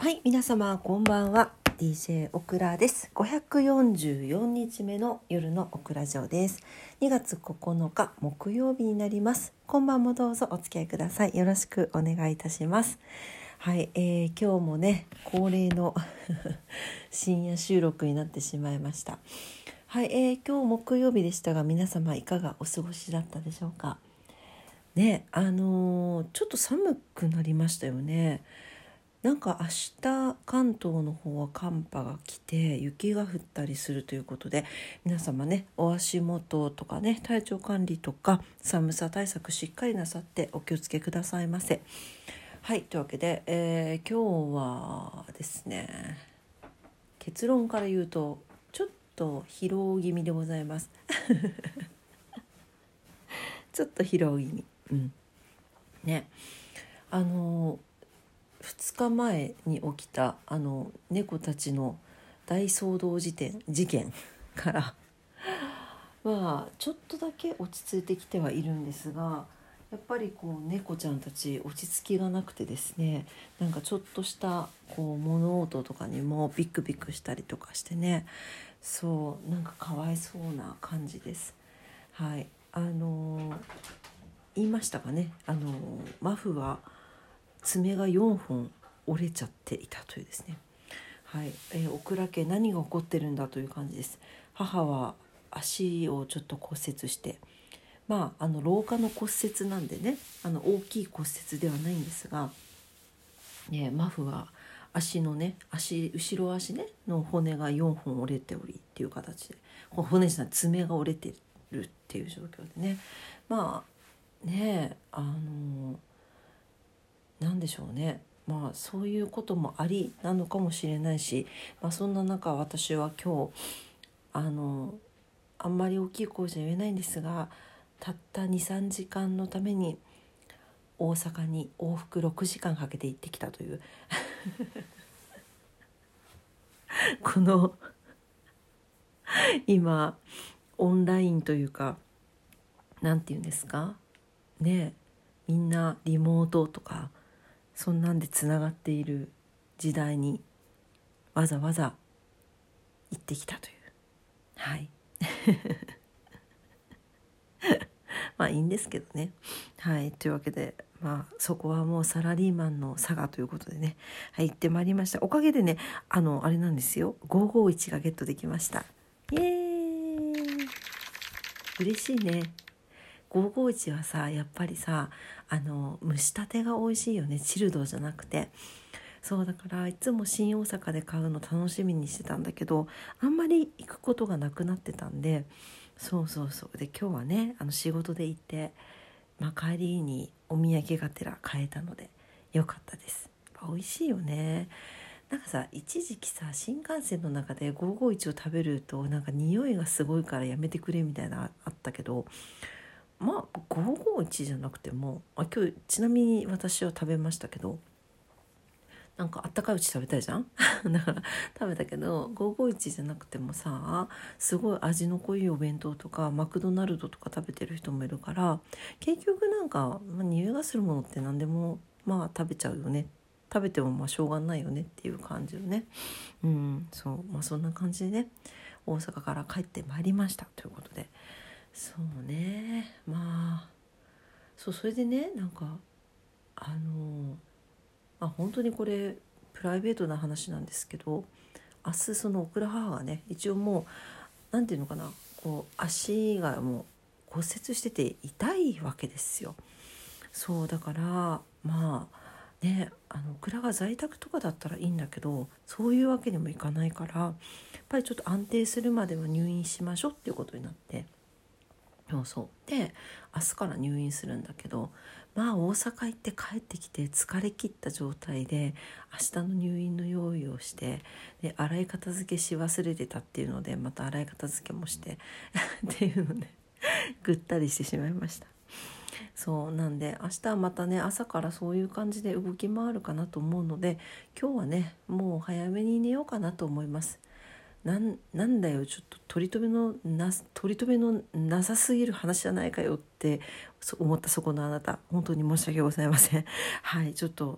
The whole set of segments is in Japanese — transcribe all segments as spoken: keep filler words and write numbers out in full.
はい、皆様こんばんは。 ディージェー オクラです。ごひゃくよんじゅうよっかめの夜のオクラジオです。にがつここのか木曜日になります。今晩もどうぞお付き合いください。よろしくお願いいたします。はい、えー、今日もね恒例の深夜収録になってしまいました。はい、えー、今日木曜日でしたが、皆様いかがお過ごしだったでしょうかね。あのー、ちょっと寒くなりましたよね。なんか明日関東の方は寒波が来て雪が降ったりするということで、皆様ねお足元とかね体調管理とか寒さ対策しっかりなさってお気をつけくださいませ。はい、というわけで、えー、今日はですね、結論から言うとちょっと疲労気味でございますちょっと疲労気味、うんね、あのふつかまえに起きたあの猫たちの大騒動事件事件からまあちょっとだけ落ち着いてきてはいるんですが、やっぱりこう猫ちゃんたち落ち着きがなくてですね、なんかちょっとしたこう物音とかにもビクビクしたりとかしてね、そうなんかかわいそうな感じです。はい、あのー、言いましたかね、あのー、マフは爪がよんほん折れちゃっていたというですね。はい、えー、オクラ家何が起こってるんだという感じです。母は足をちょっと骨折して、まああの廊下の骨折なんでね、あの大きい骨折ではないんですが、ね、マフは足のね足後ろ足ねの骨がよんほん折れておりっていう形で、骨じゃない爪が折れてるっていう状況でね、まあねあのなんでしょうね、まあそういうこともありなのかもしれないし、まあ、そんな中私は今日あのあんまり大きい声じゃ言えないんですが、たった にさんじかんのために大阪に往復ろくじかんかけて行ってきたというこの今オンラインというかなんていうんですかね、みんなリモートとかそんなんでつながっている時代にわざわざ行ってきたという、はいまあいいんですけどね。はい、というわけで、まあそこはもうサラリーマンの差がということでね、はい、行ってまいりました。おかげでね、あのあれなんですよ、ごーごーいちがゲットできました。イエーイ、嬉しいね。ごーごーいちはさ、やっぱりさ、あの蒸したてが美味しいよね、チルドじゃなくて。そうだからいつも新大阪で買うの楽しみにしてたんだけど、あんまり行くことがなくなってたんで、そうそうそうで今日はねあの仕事で行って、まあ、帰りにお土産がてら買えたのでよかったです。美味しいよね。なんかさ一時期さ新幹線の中でごーごーいちを食べるとなんか匂いがすごいからやめてくれみたいなあったけど、まあごーごーいちじゃなくても、あ今日ちなみに私は食べましたけど、なんかあったかいうち食べたいじゃんだから食べたけど、ごーごーいちじゃなくてもさ、すごい味の濃いお弁当とかマクドナルドとか食べてる人もいるから、結局なんか、まあ、匂いがするものって何でもまあ食べちゃうよね、食べてもまあしょうがないよねっていう感じよね。うんそうまあそんな感じでね、大阪から帰ってまいりましたということで、そうね、まあそうそれでね、なんかあのあ本当にこれプライベートな話なんですけど、明日そのオクラ母がね一応もうなんていうのかな、こう足がもう骨折してて痛いわけですよ。そうだからまあね、あのオクラが在宅とかだったらいいんだけど、そういうわけにもいかないから、やっぱりちょっと安定するまでは入院しましょうっていうことになって、そうそうで明日から入院するんだけど、まあ大阪行って帰ってきて疲れ切った状態で明日の入院の用意をして、で洗い片付けし忘れてたっていうのでまた洗い片付けもしてっていうのでぐったりしてしまいました。そうなんで明日はまたね朝からそういう感じで動き回るかなと思うので、今日はねもう早めに寝ようかなと思います。なん、なんだよちょっと取り留めのな取り留めのなさすぎる話じゃないかよって思ったそこのあなた、本当に申し訳ございませんはい、ちょっと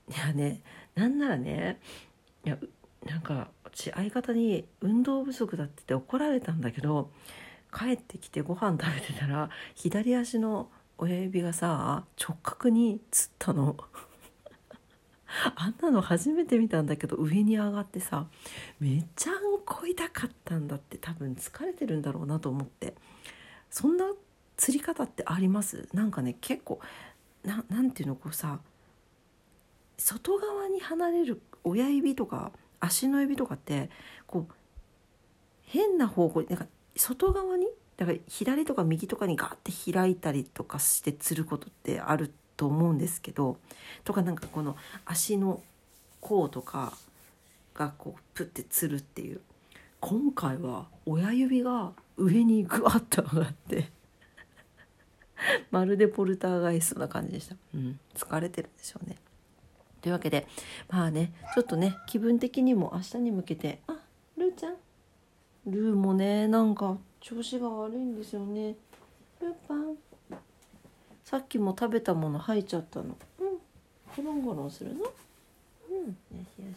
いやね、なんならね、いやなんか私相方に運動不足だって言って怒られたんだけど、帰ってきてご飯食べてたら左足の親指がさ直角につったのあんなの初めて見たんだけど、上に上がってさ、めっちゃんこ痛かったんだって。多分疲れてるんだろうなと思って。そんな釣り方ってあります？なんかね、結構 な, なんていうの、こうさ、外側に離れる親指とか足の指とかってこう変な方向に、なんか外側に、だから左とか右とかにガーって開いたりとかして釣ることってあると思うんですけど、とかなんかこの足の甲とかがこうプッて釣るっていう。今回は親指が上にグワッと上がってまるでポルターガイストな感じでした。うん、疲れてるんでしょうね。というわけで、まあね、ちょっとね、気分的にも明日に向けて、あ、ルーちゃん、ルーもね、なんか調子が悪いんですよね。ルーパン、さっきも食べたもの吐いちゃったの。うん、ゴロンゴロンするの。うん、よしよし、よ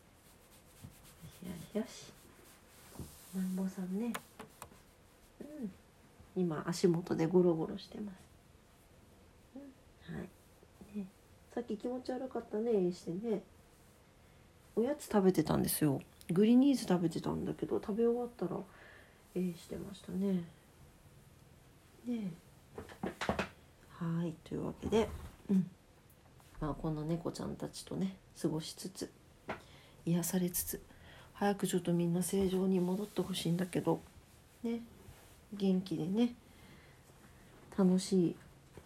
しよしよし。マンボさんね、うん、今足元でゴロゴロしてます。うん、はい。ね、さっき気持ち悪かったね、してね。おやつ食べてたんですよ。グリニーズ食べてたんだけど、食べ終わったらえー、してましたね。ね、はい、というわけで、うん、まあこんな猫ちゃんたちとね過ごしつつ、癒されつつ、早くちょっとみんな正常に戻ってほしいんだけどね、元気でね楽しい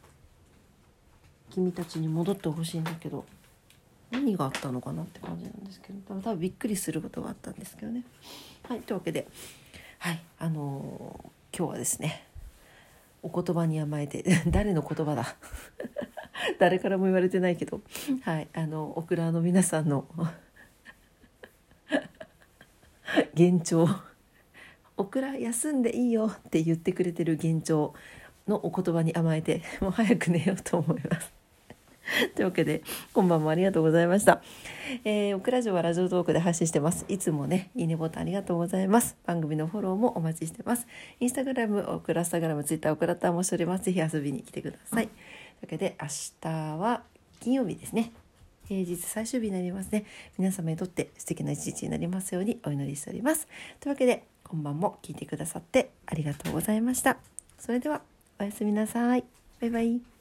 君たちに戻ってほしいんだけど、何があったのかなって感じなんですけど、多分多分びっくりすることがあったんですけどね。はい、というわけで、はい、あのー、今日はですね、お言葉に甘えて誰の言葉だ誰からも言われてないけど、はい、あのオクラの皆さんの幻聴、オクラ休んでいいよって言ってくれてる幻聴のお言葉に甘えて、もう早く寝ようと思いますというわけで、こんばんもありがとうございました。えー、オクラジオはラジオトークで発信してます。いつもね、いいねボタンありがとうございます。番組のフォローもお待ちしてます。インスタグラム、オクラスタグラム、ツイッター、オクラッターもしております。ぜひ遊びに来てください。というわけで、明日は金曜日ですね。平日最終日になりますね。皆様にとって素敵な一日になりますようにお祈りしております。というわけで、今晩も聞いてくださってありがとうございました。それでは、おやすみなさい。バイバイ。